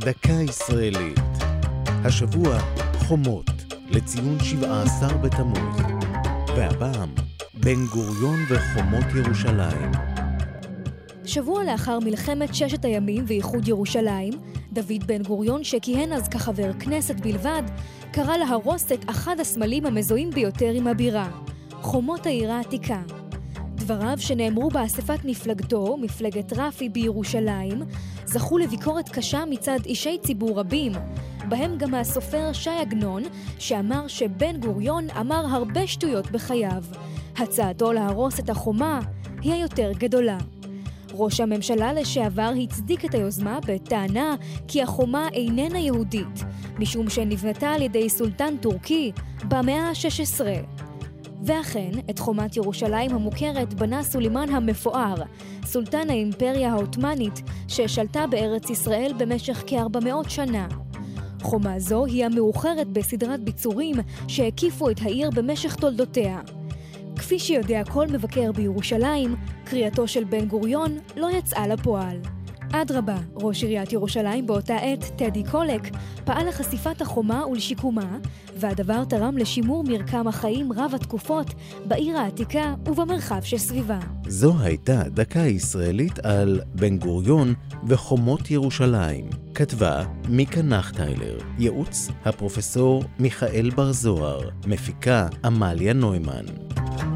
דקה ישראלית. השבוע חומות לציון 17 בתמוז. והפעם בן גוריון וחומות ירושלים. שבוע לאחר מלחמת ששת הימים ואיחוד ירושלים, דוד בן גוריון, שכיהן אז כחבר כנסת בלבד, קרא להרוס את אחד הסמלים המזוהים ביותר עם הבירה, חומות העיר העתיקה. דבריו שנאמרו באספת מפלגתו, מפלגת רפי בירושלים, זכו לביקורת קשה מצד אישי ציבור רבים, בהם גם הסופר שי עגנון, שאמר שבן גוריון אמר הרבה שטויות בחייו. הצעתו להרוס את החומה היא היותר גדולה. ראש הממשלה לשעבר הצדיק את היוזמה בטענה כי החומה איננה יהודית, משום שנבנתה על ידי סולטן טורקי במאה ה-16. ואכן, את חומת ירושלים המוכרת בנה סולימן המפואר, סולטן האימפריה העות'מאנית ששלטה בארץ ישראל במשך כ-400 שנה. חומה זו היא המאוחרת בסדרת ביצורים שהקיפו את העיר במשך תולדותיה. כפי שיודע כל מבקר בירושלים, קריאתו של בן גוריון לא יצאה לפועל. אדרבה, ראש עיריית ירושלים באותה עת, טדי קולק, פעל לחשיפת החומה ולשיקומה, והדבר תרם לשימור מרקם החיים רב התקופות בעיר העתיקה ובמרחב שסביבה. זו הייתה דקה ישראלית על בן גוריון וחומות ירושלים. כתבה מיקה נחטיילר, ייעוץ הפרופסור מיכאל בר זוהר, מפיקה אמליה נוימן.